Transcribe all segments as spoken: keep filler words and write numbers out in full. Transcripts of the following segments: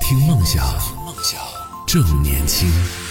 听梦想，正年轻。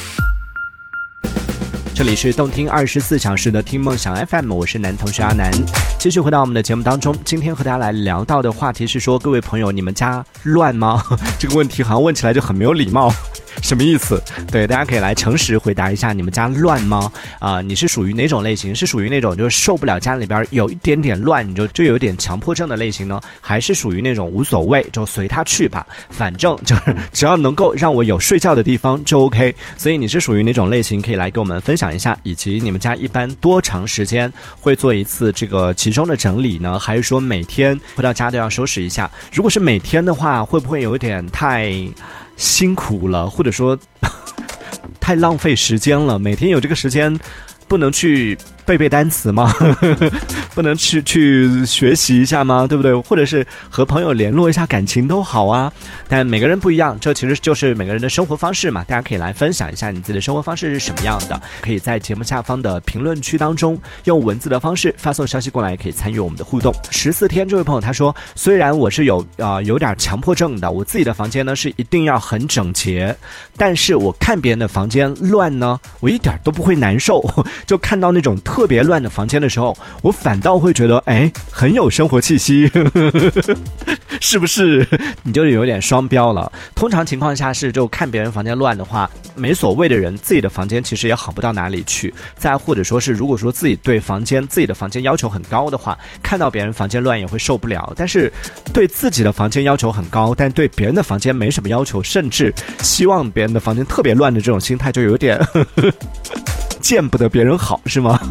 这里是动听二十四小时的听梦想 F M， 我是男同学阿南。继续回到我们的节目当中，今天和大家来聊到的话题是说，各位朋友，你们家乱吗？这个问题好像问起来就很没有礼貌。什么意思？对，大家可以来诚实回答一下，你们家乱吗？啊、呃，你是属于哪种类型？是属于那种就是受不了家里边有一点点乱，你就就有一点强迫症的类型呢？还是属于那种无所谓，就随他去吧，反正就是只要能够让我有睡觉的地方就 OK。所以你是属于哪种类型？可以来跟我们分享一下，以及你们家一般多长时间会做一次这个集中的整理呢？还是说每天回到家都要收拾一下？如果是每天的话，会不会有一点太辛苦了，或者说太浪费时间了？每天有这个时间，不能去背背单词吗？不能去去学习一下吗？对不对？或者是和朋友联络一下感情都好啊。但每个人不一样，这其实就是每个人的生活方式嘛。大家可以来分享一下你自己的生活方式是什么样的，可以在节目下方的评论区当中用文字的方式发送消息过来，可以参与我们的互动。十四天这位朋友他说，虽然我是有呃有点强迫症的，我自己的房间呢是一定要很整洁，但是我看别人的房间乱呢，我一点都不会难受。就看到那种特别乱的房间的时候，我反倒会觉得哎很有生活气息。是不是你就有点双标了？通常情况下是就看别人房间乱的话，没所谓的人自己的房间其实也好不到哪里去。再或者说是如果说自己对房间自己的房间要求很高的话，看到别人房间乱也会受不了。但是对自己的房间要求很高，但对别人的房间没什么要求，甚至希望别人的房间特别乱的这种心态，就有点呵呵见不得别人好，是吗？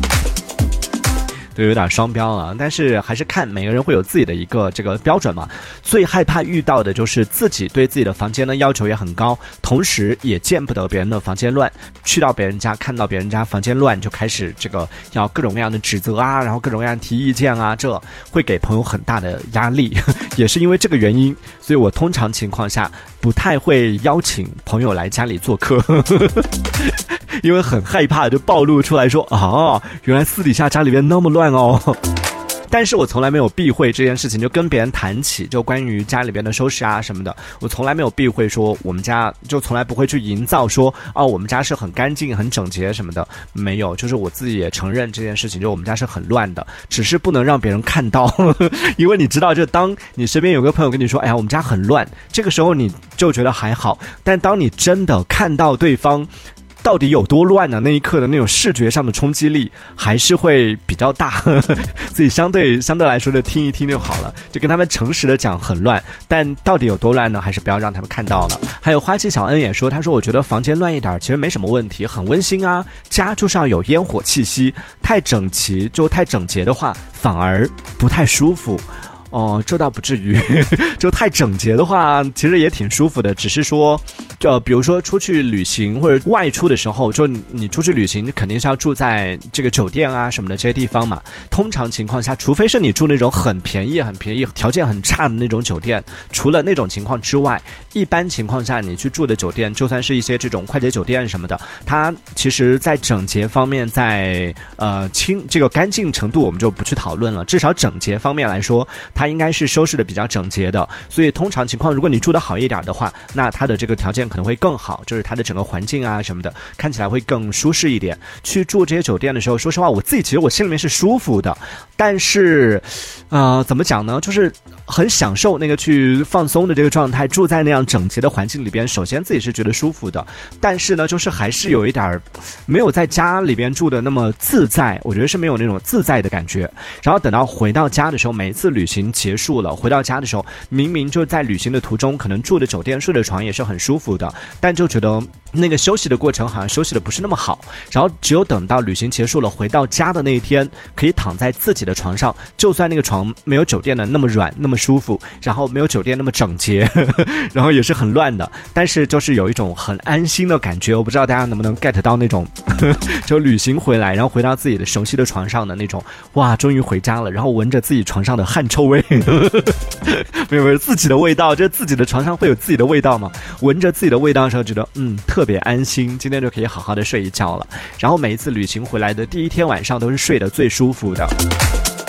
对，有点双标了，但是还是看每个人会有自己的一个这个标准嘛。最害怕遇到的就是自己对自己的房间的要求也很高，同时也见不得别人的房间乱。去到别人家看到别人家房间乱，就开始这个要各种各样的指责啊，然后各种各样的提意见啊，这会给朋友很大的压力。也是因为这个原因，所以我通常情况下不太会邀请朋友来家里做客。因为很害怕就暴露出来说啊，原来私底下家里边那么乱哦。但是我从来没有避讳这件事情，就跟别人谈起就关于家里边的收拾啊什么的，我从来没有避讳说我们家，就从来不会去营造说哦我们家是很干净很整洁什么的，没有，就是我自己也承认这件事情，就我们家是很乱的，只是不能让别人看到。因为你知道，就当你身边有个朋友跟你说哎呀我们家很乱，这个时候你就觉得还好，但当你真的看到对方到底有多乱呢？那一刻的那种视觉上的冲击力还是会比较大，所以相对相对来说就听一听就好了，就跟他们诚实的讲很乱，但到底有多乱呢？还是不要让他们看到了。还有花期小恩也说，他说我觉得房间乱一点其实没什么问题，很温馨啊，家就是要有烟火气息，太整齐就太整洁的话反而不太舒服。哦，这倒不至于，就太整洁的话，其实也挺舒服的。只是说，就比如说出去旅行或者外出的时候，就你出去旅行肯定是要住在这个酒店啊什么的这些地方嘛。通常情况下，除非是你住那种很便宜、很便宜、条件很差的那种酒店，除了那种情况之外，一般情况下你去住的酒店，就算是一些这种快捷酒店什么的，它其实在整洁方面，在呃清这个干净程度我们就不去讨论了，至少整洁方面来说，它它应该是收拾的比较整洁的，所以通常情况如果你住得好一点的话，那它的这个条件可能会更好，就是它的整个环境啊什么的看起来会更舒适一点。去住这些酒店的时候，说实话我自己其实我心里面是舒服的，但是呃怎么讲呢，就是很享受那个去放松的这个状态，住在那样整洁的环境里边，首先自己是觉得舒服的，但是呢就是还是有一点没有在家里边住的那么自在，我觉得是没有那种自在的感觉。然后等到回到家的时候，每一次旅行结束了，回到家的时候，明明就在旅行的途中，可能住的酒店睡的床也是很舒服的，但就觉得那个休息的过程好像休息的不是那么好。然后只有等到旅行结束了，回到家的那一天，可以躺在自己的床上，就算那个床没有酒店的那么软那么舒服，然后没有酒店那么整洁，呵呵，然后也是很乱的，但是就是有一种很安心的感觉。我不知道大家能不能 get 到那种呵呵就旅行回来，然后回到自己的熟悉的床上的那种，哇终于回家了，然后闻着自己床上的汗臭味，没有没有自己的味道，这自己的床上会有自己的味道吗？闻着自己的味道的时候觉得嗯特别安心，今天就可以好好的睡一觉了。然后每一次旅行回来的第一天晚上都是睡得最舒服的。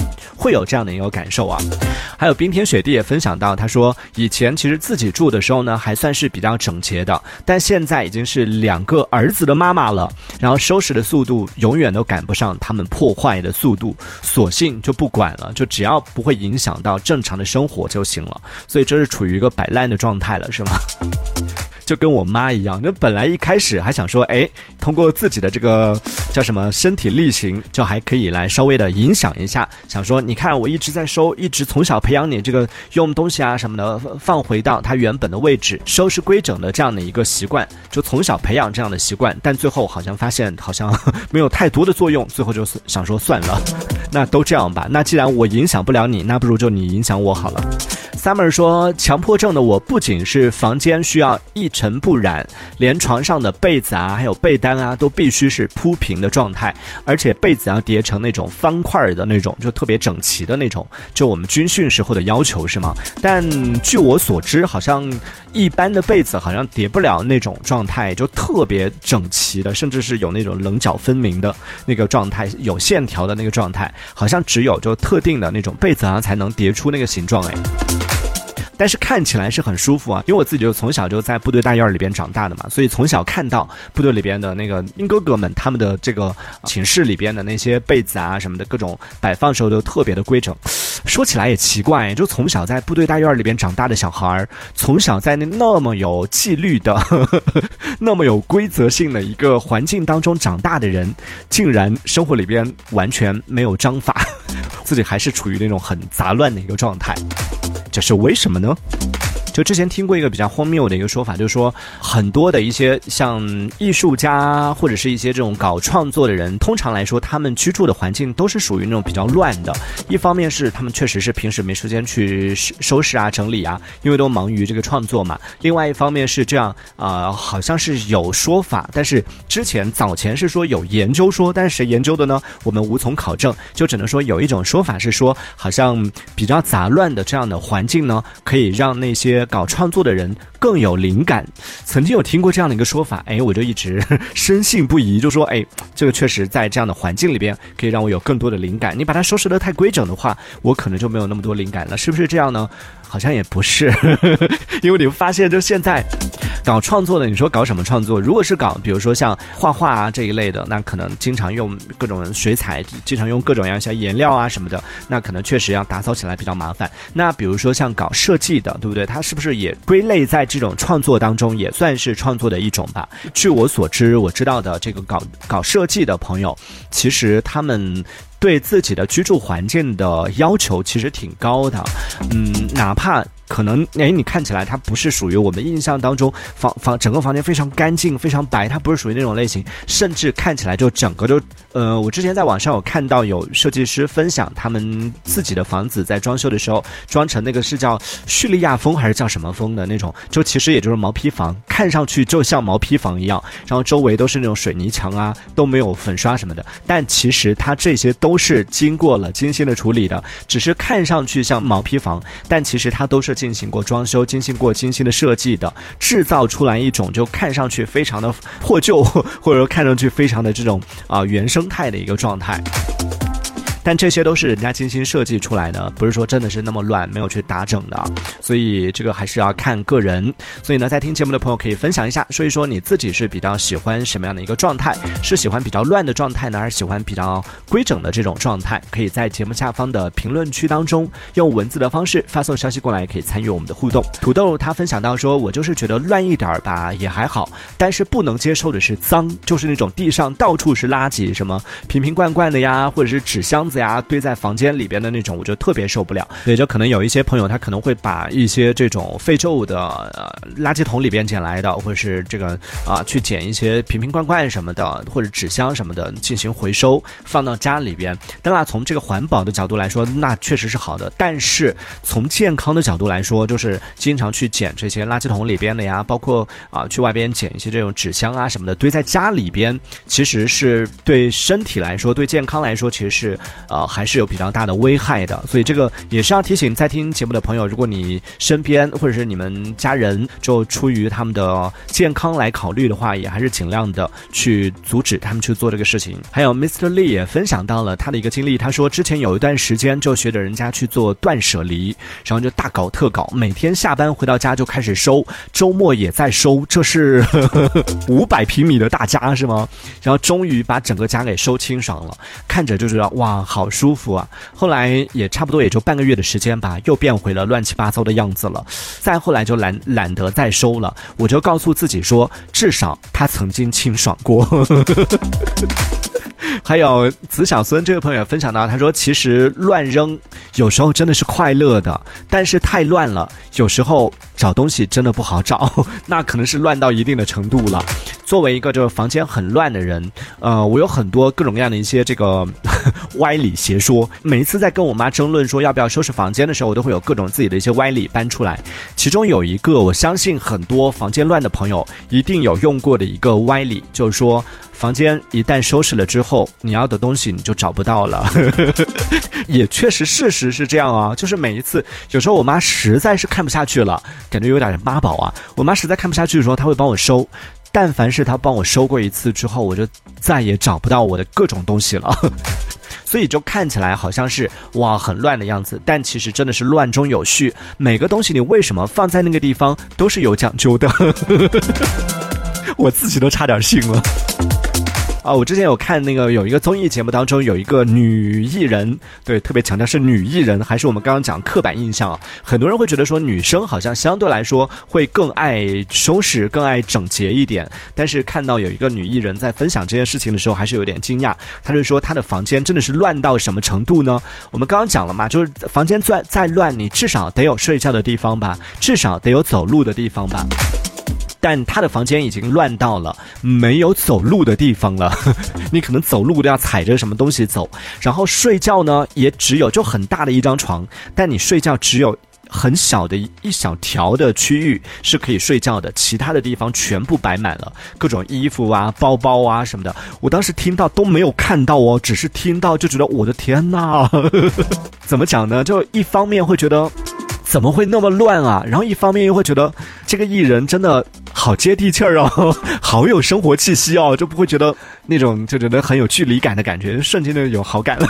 会有这样的一个感受啊。还有冰天雪地也分享到，他说以前其实自己住的时候呢还算是比较整洁的，但现在已经是两个儿子的妈妈了，然后收拾的速度永远都赶不上他们破坏的速度，索性就不管了，就只要不会影响到正常的生活就行了。所以这是处于一个摆烂的状态了，是吗？就跟我妈一样，那本来一开始还想说，哎，通过自己的这个叫什么身体力行，就还可以来稍微的影响一下，想说你看我一直在收，一直从小培养你这个用东西啊什么的放回到它原本的位置，收拾规整的这样的一个习惯，就从小培养这样的习惯，但最后好像发现好像没有太多的作用，最后就想说算了，那都这样吧，那既然我影响不了你，那不如就你影响我好了。Summer 说，强迫症的我不仅是房间需要一尘不染，连床上的被子啊还有被单啊都必须是铺平的状态，而且被子要叠成那种方块的那种，就特别整齐的那种，就我们军训时候的要求是吗？但据我所知，好像一般的被子好像叠不了那种状态，就特别整齐的，甚至是有那种棱角分明的那个状态，有线条的那个状态，好像只有就特定的那种被子啊才能叠出那个形状。哎，但是看起来是很舒服啊，因为我自己就从小就在部队大院里边长大的嘛，所以从小看到部队里边的那个英哥哥们他们的这个寝室里边的那些被子啊什么的各种摆放时候都特别的规整。说起来也奇怪，就从小在部队大院里边长大的小孩，从小在那那么有纪律的呵呵那么有规则性的一个环境当中长大的人，竟然生活里边完全没有章法，自己还是处于那种很杂乱的一个状态，这是为什么呢？就之前听过一个比较荒谬的一个说法，就是说很多的一些像艺术家或者是一些这种搞创作的人，通常来说他们居住的环境都是属于那种比较乱的，一方面是他们确实是平时没时间去收拾啊整理啊，因为都忙于这个创作嘛，另外一方面是这样啊、呃，好像是有说法，但是之前早前是说有研究说，但是谁研究的呢？我们无从考证，就只能说有一种说法是说，好像比较杂乱的这样的环境呢，可以让那些搞创作的人更有灵感。曾经有听过这样的一个说法，哎，我就一直深信不疑，就说哎，这个确实在这样的环境里边可以让我有更多的灵感，你把它收拾得太规整的话，我可能就没有那么多灵感了，是不是这样呢？好像也不是因为你会发现就现在搞创作的，你说搞什么创作？如果是搞比如说像画画啊这一类的，那可能经常用各种水彩，经常用各种样一些颜料啊什么的，那可能确实要打扫起来比较麻烦。那比如说像搞设计的，对不对？它是不是也归类在这种创作当中，也算是创作的一种吧？据我所知，我知道的这个搞搞设计的朋友，其实他们对自己的居住环境的要求其实挺高的，嗯，哪怕可能哎，你看起来它不是属于我们印象当中房房整个房间非常干净非常白，它不是属于那种类型，甚至看起来就整个就呃，我之前在网上有看到有设计师分享他们自己的房子在装修的时候装成那个是叫叙利亚风还是叫什么风的那种，就其实也就是毛坯房，看上去就像毛坯房一样，然后周围都是那种水泥墙啊，都没有粉刷什么的，但其实它这些都是经过了精心的处理的，只是看上去像毛坯房，但其实它都是进行过装修，进行过精心的设计的，制造出来一种就看上去非常的破旧，或者说看上去非常的这种啊、呃、原生态的一个状态。但这些都是人家精心设计出来的，不是说真的是那么乱没有去打整的，所以这个还是要看个人。所以呢，在听节目的朋友可以分享一下，说一说你自己是比较喜欢什么样的一个状态，是喜欢比较乱的状态呢，还是喜欢比较规整的这种状态？可以在节目下方的评论区当中用文字的方式发送消息过来，可以参与我们的互动。土豆他分享到说，我就是觉得乱一点吧也还好，但是不能接受的是脏，就是那种地上到处是垃圾，什么瓶瓶罐罐的呀，或者是纸箱子呀堆在房间里边的那种，我就特别受不了。所以就可能有一些朋友他可能会把一些这种废旧的、呃、垃圾桶里边捡来的，或者是这个啊、呃、去捡一些瓶瓶罐罐什么的，或者纸箱什么的进行回收，放到家里边。当然从这个环保的角度来说，那确实是好的，但是从健康的角度来说，就是经常去捡这些垃圾桶里边的呀，包括啊、呃、去外边捡一些这种纸箱啊什么的堆在家里边，其实是对身体来说，对健康来说，其实是呃，还是有比较大的危害的。所以这个也是要提醒在听节目的朋友，如果你身边或者是你们家人就出于他们的健康来考虑的话，也还是尽量的去阻止他们去做这个事情。还有 Mister Lee 也分享到了他的一个经历，他说之前有一段时间就学着人家去做断舍离，然后就大搞特搞，每天下班回到家就开始收，周末也在收，这是五百平米的大家是吗？然后终于把整个家给收清爽了，看着就知道哇好舒服啊。后来也差不多也就半个月的时间吧，又变回了乱七八糟的样子了。再后来就懒懒得再收了，我就告诉自己说，至少他曾经清爽过。还有子小孙这位朋友分享到，他说其实乱扔有时候真的是快乐的，但是太乱了，有时候找东西真的不好找，那可能是乱到一定的程度了。作为一个这个房间很乱的人，呃，我有很多各种各样的一些这个歪理邪说。每一次在跟我妈争论说要不要收拾房间的时候，我都会有各种自己的一些歪理搬出来。其中有一个，我相信很多房间乱的朋友一定有用过的一个歪理，就是说房间一旦收拾了之后，你要的东西你就找不到了。也确实事实是这样啊，就是每一次有时候我妈实在是看不下去了，感觉有点妈宝啊，我妈实在看不下去的时候，她会帮我收。但凡是她帮我收过一次之后，我就再也找不到我的各种东西了。所以就看起来好像是哇很乱的样子，但其实真的是乱中有序，每个东西你为什么放在那个地方都是有讲究的。我自己都差点信了。啊，我之前有看那个有一个综艺节目当中有一个女艺人，对，特别强调是女艺人，还是我们刚刚讲刻板印象啊。很多人会觉得说女生好像相对来说会更爱收拾，更爱整洁一点。但是看到有一个女艺人在分享这件事情的时候，还是有点惊讶。她就说她的房间真的是乱到什么程度呢？我们刚刚讲了嘛，就是房间再再乱，你至少得有睡觉的地方吧，至少得有走路的地方吧。但他的房间已经乱到了没有走路的地方了，你可能走路都要踩着什么东西走，然后睡觉呢也只有就很大的一张床，但你睡觉只有很小的一小条的区域是可以睡觉的，其他的地方全部摆满了各种衣服啊包包啊什么的。我当时听到都没有看到哦，只是听到就觉得我的天哪。怎么讲呢，就一方面会觉得怎么会那么乱啊，然后一方面又会觉得这个艺人真的好接地气儿哦，好有生活气息哦，就不会觉得那种就觉得很有距离感的感觉，瞬间就有好感了。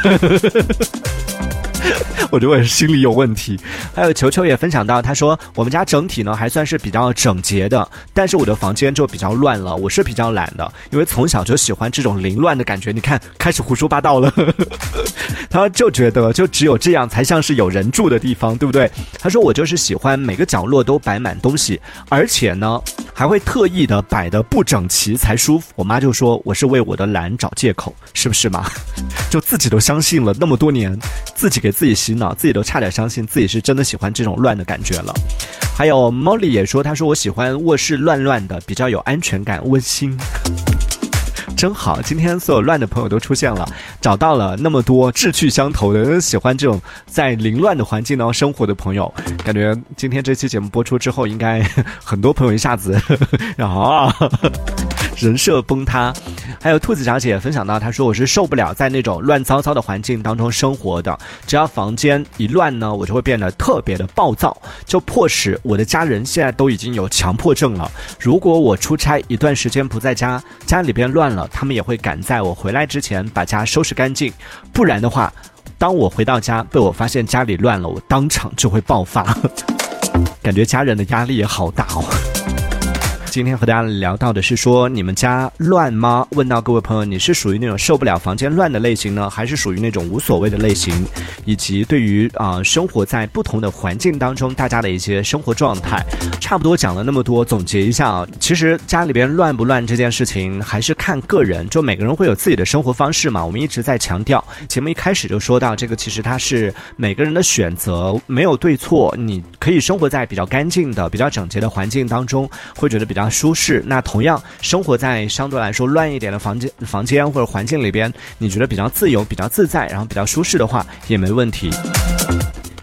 我觉得我是心里有问题。还有球球也分享到，他说我们家整体呢还算是比较整洁的，但是我的房间就比较乱了。我是比较懒的，因为从小就喜欢这种凌乱的感觉。你看，开始胡说八道了。他就觉得就只有这样才像是有人住的地方，对不对？他说我就是喜欢每个角落都摆满东西，而且呢还会特意的摆得不整齐才舒服。我妈就说我是为我的懒找借口，是不是嘛？就自己都相信了那么多年，自己给自己洗脑，自己都差点相信自己是真的喜欢这种乱的感觉了。还有 Molly 也说，她说我喜欢卧室乱乱的，比较有安全感，温馨。真好，今天所有乱的朋友都出现了，找到了那么多志趣相投的喜欢这种在凌乱的环境当中生活的朋友。感觉今天这期节目播出之后，应该很多朋友一下子啊人设崩塌。还有兔子小姐分享到，她说我是受不了在那种乱糟糟的环境当中生活的，只要房间一乱呢，我就会变得特别的暴躁，就迫使我的家人现在都已经有强迫症了。如果我出差一段时间不在家，家里边乱了，他们也会赶在我回来之前把家收拾干净，不然的话，当我回到家被我发现家里乱了，我当场就会爆发。感觉家人的压力也好大哦。今天和大家聊到的是说，你们家乱吗？问到各位朋友，你是属于那种受不了房间乱的类型呢，还是属于那种无所谓的类型？以及对于啊、呃、生活在不同的环境当中，大家的一些生活状态，差不多讲了那么多，总结一下啊，其实家里边乱不乱这件事情还是看个人，就每个人会有自己的生活方式嘛。我们一直在强调，节目一开始就说到这个，其实它是每个人的选择，没有对错。你可以生活在比较干净的、比较整洁的环境当中，会觉得比较舒适。那同样生活在相对来说乱一点的房间房间或者环境里边，你觉得比较自由、比较自在，然后比较舒适的话，也没问题。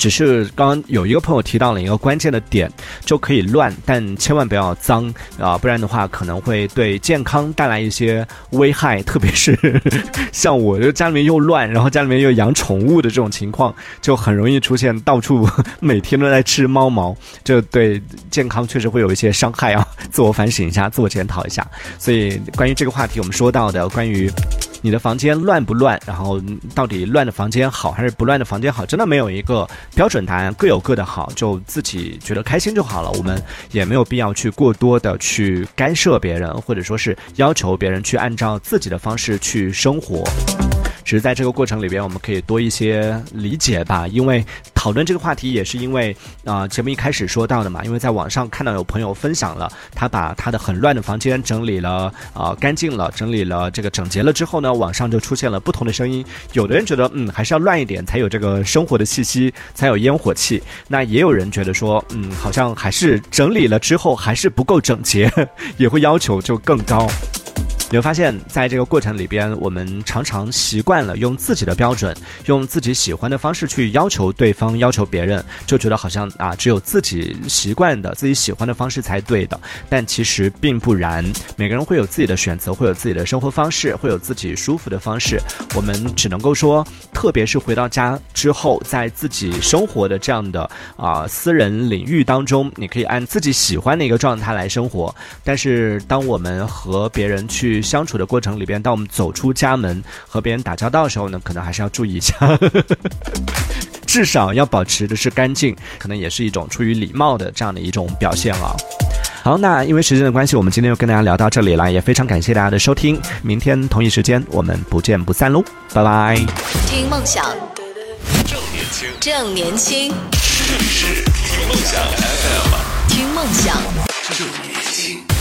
只是刚刚有一个朋友提到了一个关键的点，就可以乱，但千万不要脏啊，不然的话可能会对健康带来一些危害，特别是像我就家里面又乱，然后家里面又养宠物的这种情况，就很容易出现到处每天都在吃猫毛，这对健康确实会有一些伤害啊，自我反省一下，自我检讨一下。所以关于这个话题我们说到的关于你的房间乱不乱，然后到底乱的房间好还是不乱的房间好，真的没有一个标准答案，各有各的好，就自己觉得开心就好了。我们也没有必要去过多的去干涉别人，或者说是要求别人去按照自己的方式去生活。只是在这个过程里边我们可以多一些理解吧，因为讨论这个话题也是因为啊、呃，节目一开始说到的嘛，因为在网上看到有朋友分享了他把他的很乱的房间整理了啊、呃、干净了，整理了这个整洁了之后呢，网上就出现了不同的声音。有的人觉得嗯还是要乱一点才有这个生活的气息，才有烟火气，那也有人觉得说嗯好像还是整理了之后还是不够整洁，也会要求就更高。你会发现在这个过程里边，我们常常习惯了用自己的标准，用自己喜欢的方式去要求对方，要求别人，就觉得好像啊只有自己习惯的自己喜欢的方式才对的，但其实并不然。每个人会有自己的选择，会有自己的生活方式，会有自己舒服的方式。我们只能够说，特别是回到家之后，在自己生活的这样的啊、呃、私人领域当中，你可以按自己喜欢的一个状态来生活。但是当我们和别人去相处的过程里边，当我们走出家门和别人打交道的时候呢，可能还是要注意一下至少要保持的是干净，可能也是一种出于礼貌的这样的一种表现啊。好，那因为时间的关系，我们今天就跟大家聊到这里了，也非常感谢大家的收听，明天同一时间我们不见不散喽，拜拜。 听梦想， 正年轻， 正年轻， 这里是听梦想 F M， 听梦想， 正年轻。